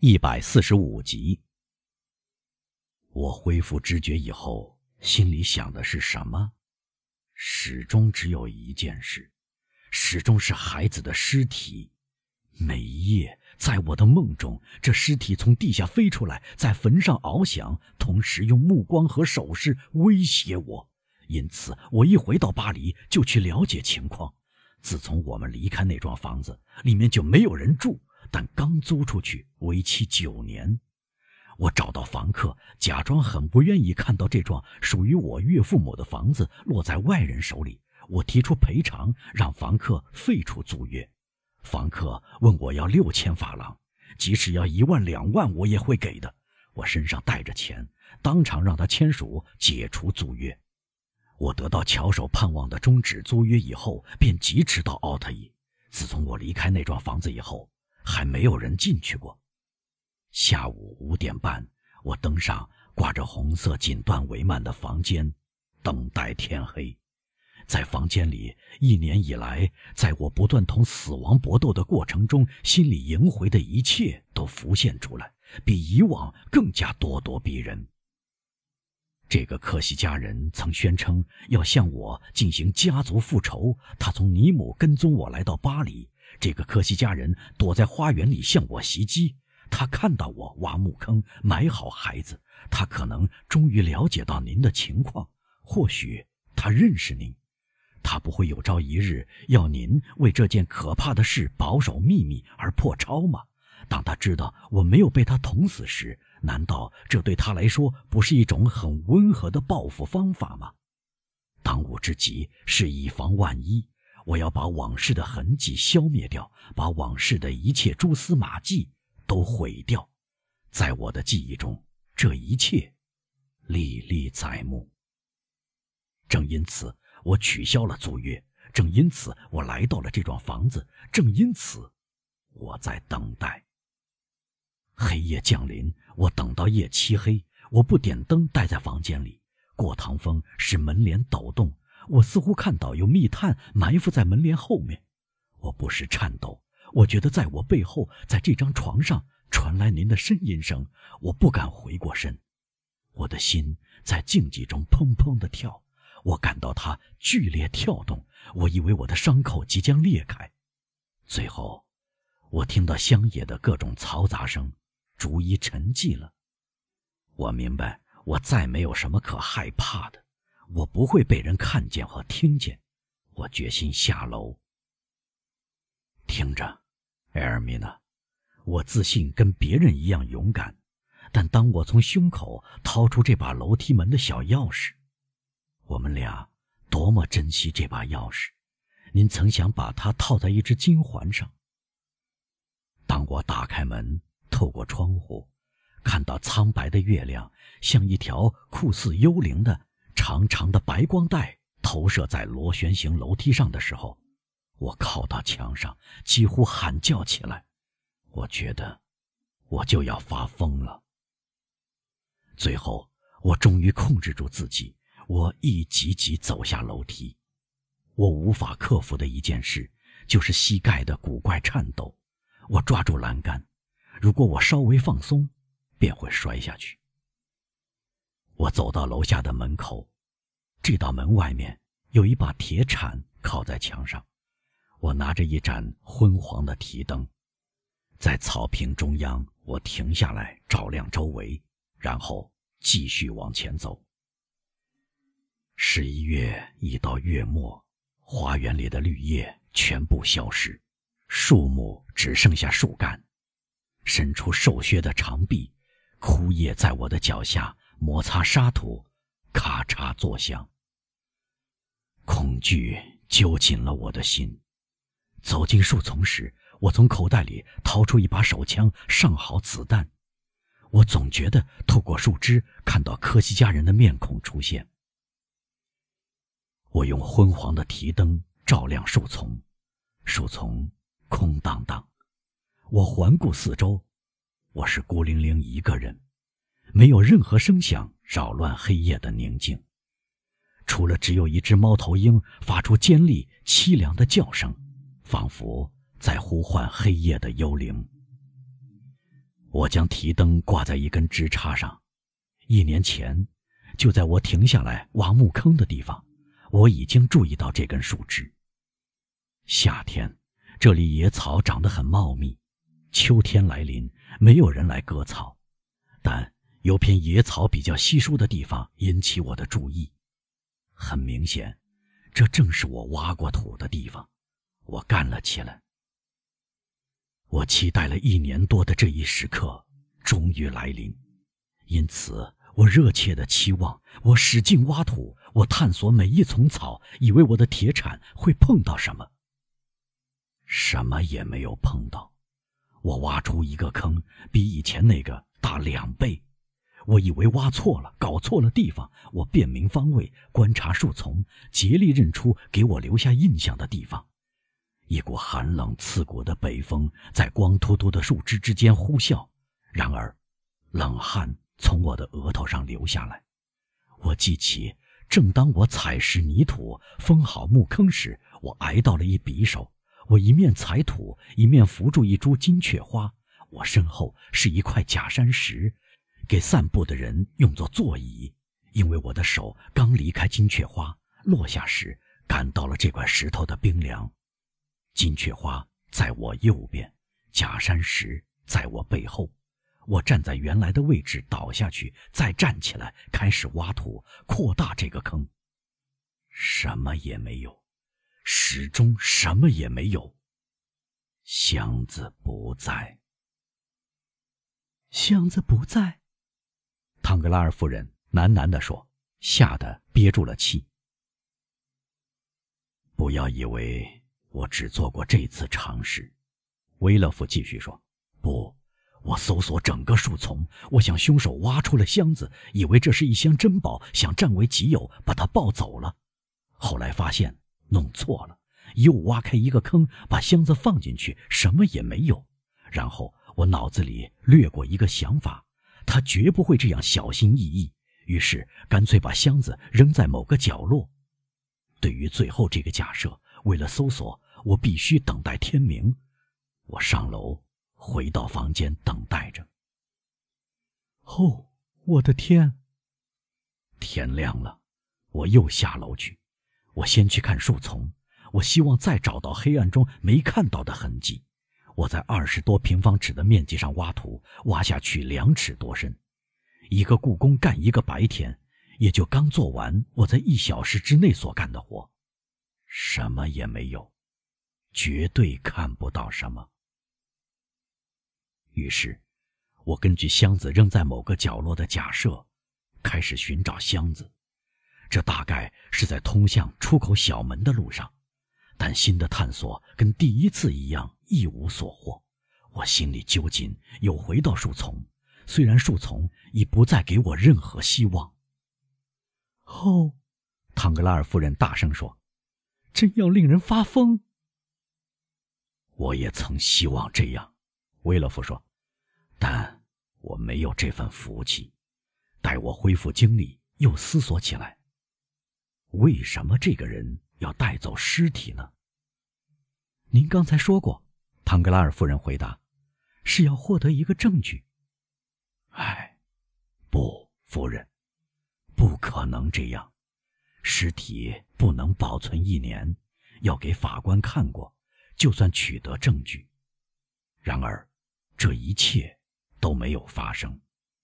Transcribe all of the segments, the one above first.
145集。我恢复知觉以后，心里想的是什么？始终只有一件事，始终是孩子的尸体。每一夜，在我的梦中，这尸体从地下飞出来，在坟上翱翔，同时用目光和手势威胁我。因此，我一回到巴黎就去了解情况。自从我们离开那幢房子，里面就没有人住，但刚租出去，为期9年。我找到房客，假装很不愿意看到这幢属于我岳父母的房子落在外人手里。我提出赔偿，让房客废除租约。房客问我要6000法郎，即使要1万2万我也会给的。我身上带着钱，当场让他签署解除租约。我得到翘首盼望的终止租约以后，便疾驰到奥特伊。自从我离开那幢房子以后，还没有人进去过。下午5点半，我登上挂着红色锦缎帷幔的房间，等待天黑。在房间里，1年以来，在我不断同死亡搏斗的过程中，心里萦回的一切都浮现出来，比以往更加咄咄逼人。这个科西嘉人曾宣称要向我进行家族复仇，他从尼姆跟踪我来到巴黎。这个科西嘉人躲在花园里向我袭击，他看到我挖墓坑，埋好孩子，他可能终于了解到您的情况，或许他认识您，他不会有朝一日要您为这件可怕的事保守秘密而破抄吗？当他知道我没有被他捅死时，难道这对他来说不是一种很温和的报复方法吗？当务之急是以防万一，我要把往事的痕迹消灭掉，把往事的一切蛛丝马迹都毁掉。在我的记忆中，这一切历历在目。正因此，我取消了租约，正因此，我来到了这幢房子，正因此，我在等待。黑夜降临，我等到夜漆黑，我不点灯，待在房间里。过堂风使门帘抖动，我似乎看到有密探埋伏在门帘后面。我不时颤抖，我觉得在我背后，在这张床上传来您的呻吟声，我不敢回过身。我的心在静寂中砰砰地跳，我感到它剧烈跳动，我以为我的伤口即将裂开。最后，我听到乡野的各种嘈杂声逐一沉寂了。我明白，我再没有什么可害怕的，我不会被人看见和听见。我决心下楼。听着，埃尔米娜，我自信跟别人一样勇敢，但当我从胸口掏出这把楼梯门的小钥匙，我们俩多么珍惜这把钥匙，您曾想把它套在一只金环上。当我打开门，透过窗户，看到苍白的月亮像一条酷似幽灵的长长的白光带投射在螺旋形楼梯上的时候，我靠到墙上，几乎喊叫起来。我觉得我就要发疯了。最后，我终于控制住自己，我一级级走下楼梯。我无法克服的一件事，就是膝盖的古怪颤抖。我抓住栏杆，如果我稍微放松，便会摔下去。我走到楼下的门口，这道门外面有一把铁铲靠在墙上。我拿着一盏昏黄的提灯，在草坪中央，我停下来照亮周围，然后继续往前走。11月已到月末，花园里的绿叶全部消失，树木只剩下树干，伸出瘦削的长臂，枯叶在我的脚下摩擦沙土，咔嚓作响。恐惧揪紧了我的心。走进树丛时，我从口袋里掏出一把手枪，上好子弹。我总觉得透过树枝看到科西嘉人的面孔出现。我用昏黄的提灯照亮树丛，树丛空荡荡。我环顾四周，我是孤零零一个人，没有任何声响扰乱黑夜的宁静，除了只有一只猫头鹰发出尖利凄凉的叫声，仿佛在呼唤黑夜的幽灵。 我将提灯挂在一根枝杈上。1年前，就在我停下来挖墓坑的地方，我已经注意到这根树枝。夏天，这里野草长得很茂密，秋天来临，没有人来割草，但有片野草比较稀疏的地方引起我的注意。很明显，这正是我挖过土的地方。我干了起来。我期待了1年多的这一时刻终于来临，因此我热切地期望，我使劲挖土，我探索每一丛草，以为我的铁铲会碰到什么。什么也没有碰到。我挖出一个坑，比以前那个大2倍。我以为挖错了，搞错了地方，我辨明方位，观察树丛，竭力认出给我留下印象的地方。一股寒冷刺骨的北风在光秃秃的树枝之间呼啸，然而冷汗从我的额头上流下来。我记起，正当我踩实泥土封好墓坑时，我挨到了一匕首。我一面踩土，一面扶住一株金雀花，我身后是一块假山石，给散步的人用作座椅。因为我的手刚离开金雀花，落下时感到了这块石头的冰凉。金雀花在我右边，假山石在我背后。我站在原来的位置倒下去，再站起来，开始挖土，扩大这个坑。什么也没有，始终什么也没有。箱子不在。箱子不在？汤格拉尔夫人喃喃地说，吓得憋住了气。不要以为我只做过这次尝试，维勒夫继续说。不，我搜索整个树丛，我想凶手挖出了箱子，以为这是一箱珍宝，想占为己有，把它抱走了。后来发现弄错了，又挖开一个坑，把箱子放进去，什么也没有。然后我脑子里掠过一个想法，他绝不会这样小心翼翼，于是干脆把箱子扔在某个角落。对于最后这个假设，为了搜索，我必须等待天明。我上楼，回到房间等待着。哦，我的天！天亮了，我又下楼去。我先去看树丛，我希望再找到黑暗中没看到的痕迹。我在20多平方尺的面积上挖土，挖下去2尺多深。一个故宫干一个白天，也就刚做完我在1小时之内所干的活。什么也没有，绝对看不到什么。于是，我根据箱子扔在某个角落的假设，开始寻找箱子。这大概是在通向出口小门的路上，但新的探索跟第一次一样一无所获。我心里揪紧，又回到树丛，虽然树丛已不再给我任何希望。哦，汤格拉尔夫人大声说，真要令人发疯。我也曾希望这样，维勒夫说，但我没有这份福气。待我恢复精力，又思索起来，为什么这个人要带走尸体呢？您刚才说过，汤格拉尔夫人回答，是要获得一个证据。哎，不，夫人，不可能这样。尸体不能保存1年，要给法官看过，就算取得证据。然而，这一切都没有发生。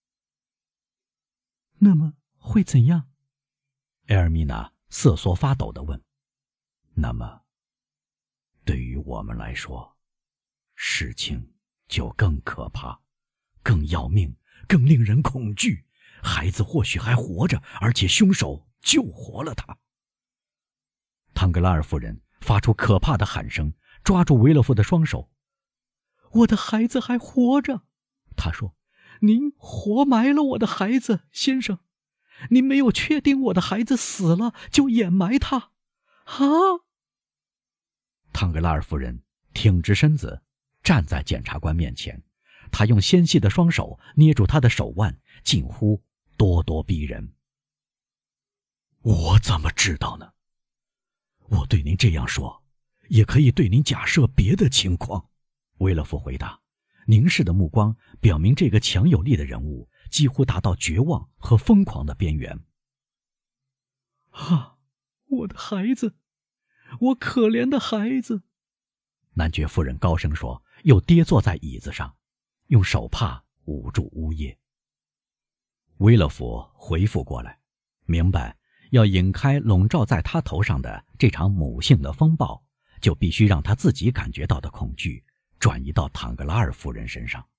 那么会怎样？埃尔米娜瑟缩发抖地问。那么，对于我们来说，事情就更可怕，更要命，更令人恐惧。孩子或许还活着，而且凶手救活了他。汤格拉尔夫人发出可怕的喊声，抓住维勒夫的双手。我的孩子还活着，她说，您活埋了我的孩子，先生。您没有确定我的孩子死了，就掩埋他。啊！汤格拉尔夫人挺直身子，站在检察官面前，她用纤细的双手捏住他的手腕，近乎咄咄逼人。我怎么知道呢？我对您这样说，也可以对您假设别的情况。维勒夫回答， 凝视的目光表明这个强有力的人物几乎达到绝望和疯狂的边缘。 啊，我的孩子，我可怜的孩子！ 男爵夫人高声说，又跌坐在椅子上，用手帕捂住呜咽。威勒福回复过来，明白要引开笼罩在他头上的这场母性的风暴，就必须让他自己感觉到的恐惧转移到唐格拉尔夫人身上。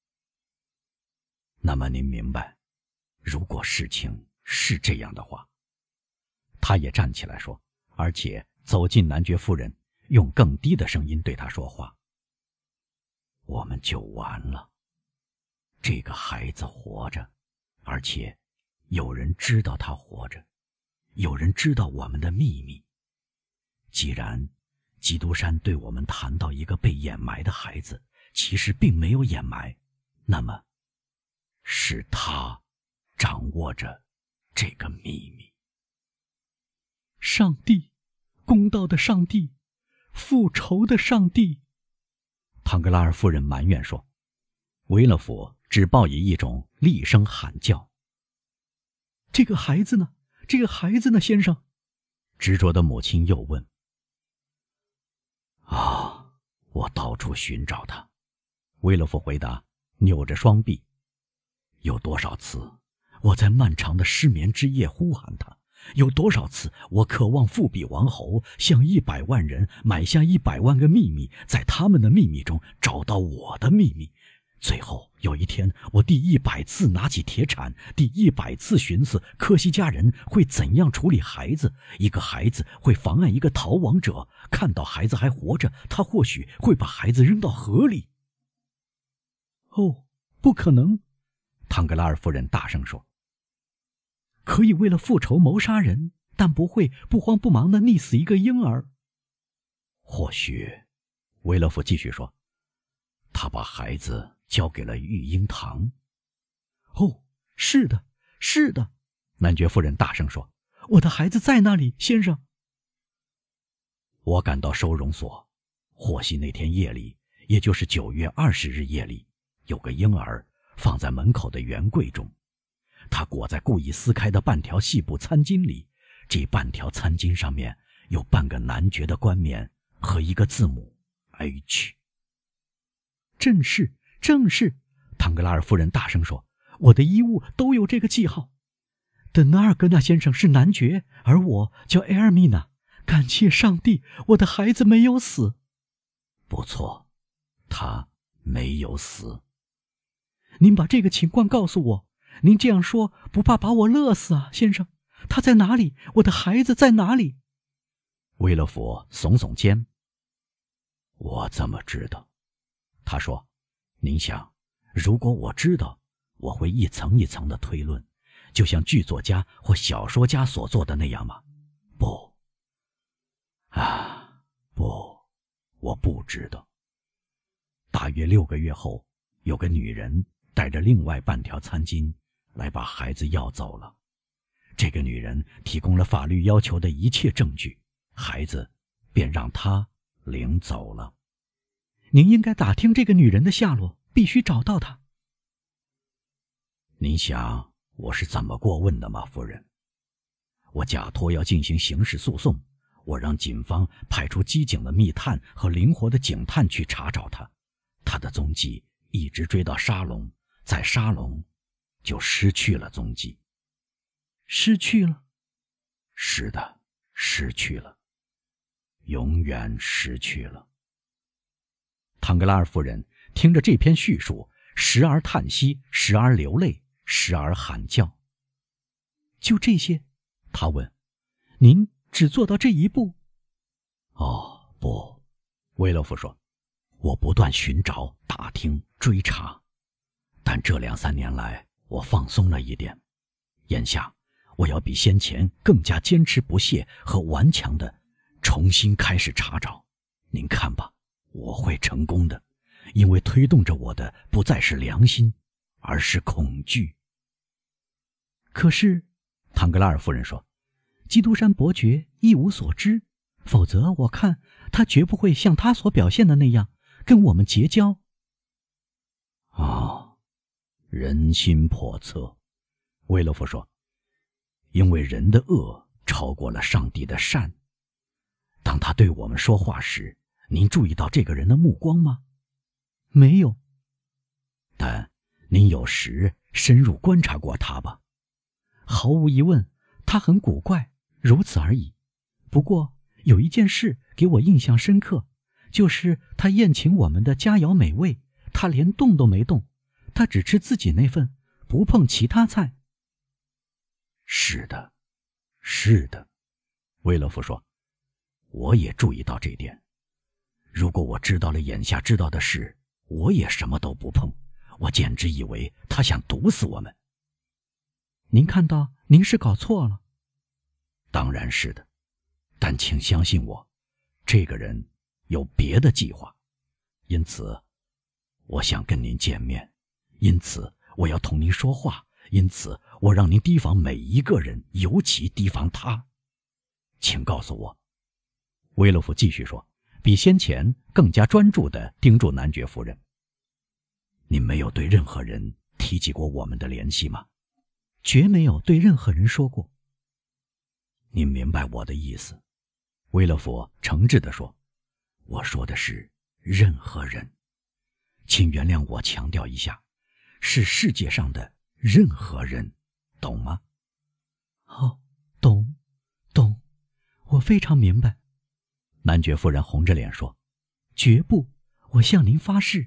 那么您明白，如果事情是这样的话，他也站起来说，而且走近男爵夫人，用更低的声音对他说话。我们就完了。这个孩子活着，而且有人知道他活着，有人知道我们的秘密。既然基督山对我们谈到一个被掩埋的孩子，其实并没有掩埋，那么是他掌握着这个秘密。 上帝，公道的上帝，复仇的上帝！ 唐格拉尔夫人埋怨说。维勒福只报以一种厉声喊叫。 这个孩子呢？这个孩子呢，先生？ 执着的母亲又问。我到处寻找他，维勒福回答，扭着双臂。有多少次我在漫长的失眠之夜呼喊他，有多少次我渴望复比王侯，向100万人买下100万个秘密，在他们的秘密中找到我的秘密。最后有一天，我第100次拿起铁铲，第100次寻思科西嘉人会怎样处理孩子。一个孩子会妨碍一个逃亡者，看到孩子还活着，他或许会把孩子扔到河里。 哦，不可能！ 唐格拉尔夫人大声说。 可以为了复仇谋杀人，但不会不慌不忙地溺死一个婴儿。 或许，维勒夫继续说，他把孩子交给了育婴堂。 哦，是的，是的， 男爵夫人大声说， 我的孩子在那里，先生。 我赶到收容所，获悉那天夜里，也就是9月20日夜里，有个婴儿放在门口的圆柜中，他裹在故意撕开的半条细布餐巾里，这半条餐巾上面有半个男爵的冠冕和一个字母 H。 正是，正是，唐格拉尔夫人大声说，我的衣物都有这个记号。德纳尔格纳先生是男爵，而我叫埃尔米娜。感谢上帝，我的孩子没有死。 不错，他没有死。 您把这个情况告诉我，您这样说不怕把我勒死啊，先生？他在哪里？我的孩子在哪里？ 维勒福耸耸肩。我怎么知道？他说，您想，如果我知道，我会一层一层的推论，就像剧作家或小说家所做的那样吗？不，我不知道。大约6个月后，有个女人带着另外半条餐巾来把孩子要走了。这个女人提供了法律要求的一切证据，孩子便让她领走了。 您应该打听这个女人的下落，必须找到她。 您想我是怎么过问的吗，夫人？我假托要进行刑事诉讼，我让警方派出机警的密探和灵活的警探去查找他，他的踪迹一直追到沙龙，在沙龙就失去了踪迹。 失去了？ 是的，失去了，永远失去了。唐格拉尔夫人听着这篇叙述，时而叹息，时而流泪，时而喊叫。 就这些？他问。您只做到这一步？ 不，维勒夫说，我不断寻找、打听、追查，但这2、3年来我放松了一点。眼下我要比先前更加坚持不懈和顽强地重新开始查找。您看吧，我会成功的，因为推动着我的不再是良心，而是恐惧。 可是， 唐格拉尔夫人说， 基督山伯爵一无所知，否则我看他绝不会像他所表现的那样跟我们结交。 哦，人心叵测，维勒夫说，因为人的恶超过了上帝的善。当他对我们说话时，您注意到这个人的目光吗？ 没有。 但您有时深入观察过他吧？ 毫无疑问，他很古怪，如此而已。不过有一件事给我印象深刻，就是他宴请我们的佳肴美味，他连动都没动，他只吃自己那份，不碰其他菜。 是的，是的，维勒夫说，我也注意到这点。如果我知道了眼下知道的事，我也什么都不碰，我简直以为他想毒死我们。 您看到您是搞错了。 当然是的，但请相信我，这个人有别的计划，因此我想跟您见面，因此我要同您说话，因此我让您提防每一个人，尤其提防他。请告诉我。 维勒夫继续说，比先前更加专注地盯住男爵夫人。 你没有对任何人提及过我们的联系吗？ 绝没有对任何人说过。 您明白我的意思，维勒夫诚挚地说，我说的是任何人。请原谅我强调一下，是世界上的任何人，懂吗？ 哦，懂，我非常明白。 男爵夫人红着脸说， 绝不，我向您发誓。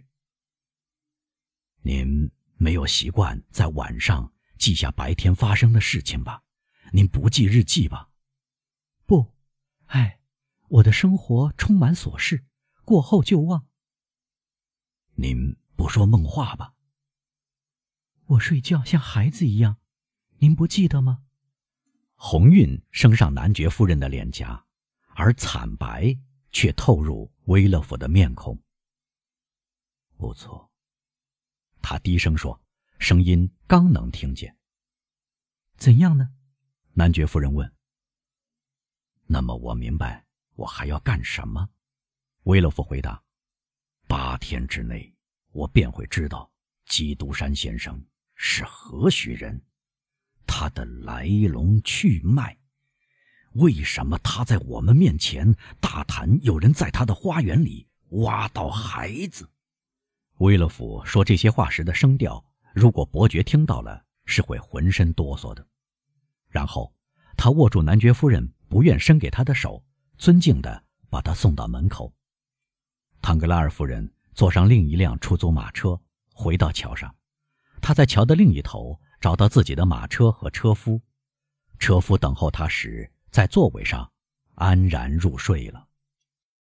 您没有习惯在晚上记下白天发生的事情吧？您不记日记吧？ 不，我的生活充满琐事，过后就忘。 您不说梦话吧？ 我睡觉像孩子一样，您不记得吗？ 红晕升上男爵夫人的脸颊，而惨白却透入维勒夫的面孔。不错，他低声说，声音刚能听见。 怎样呢？ 男爵夫人问。那么我明白我还要干什么？维勒夫回答，8天之内我便会知道基督山先生是何许人，他的来龙去脉，为什么他在我们面前大谈有人在他的花园里挖到孩子。维勒夫说这些话时的声调，如果伯爵听到了，是会浑身哆嗦的。然后他握住男爵夫人不愿伸给他的手，尊敬地把他送到门口。唐格拉尔夫人坐上另一辆出租马车，回到桥上。他在桥的另一头找到自己的马车和车夫，车夫等候他时，在座位上安然入睡了。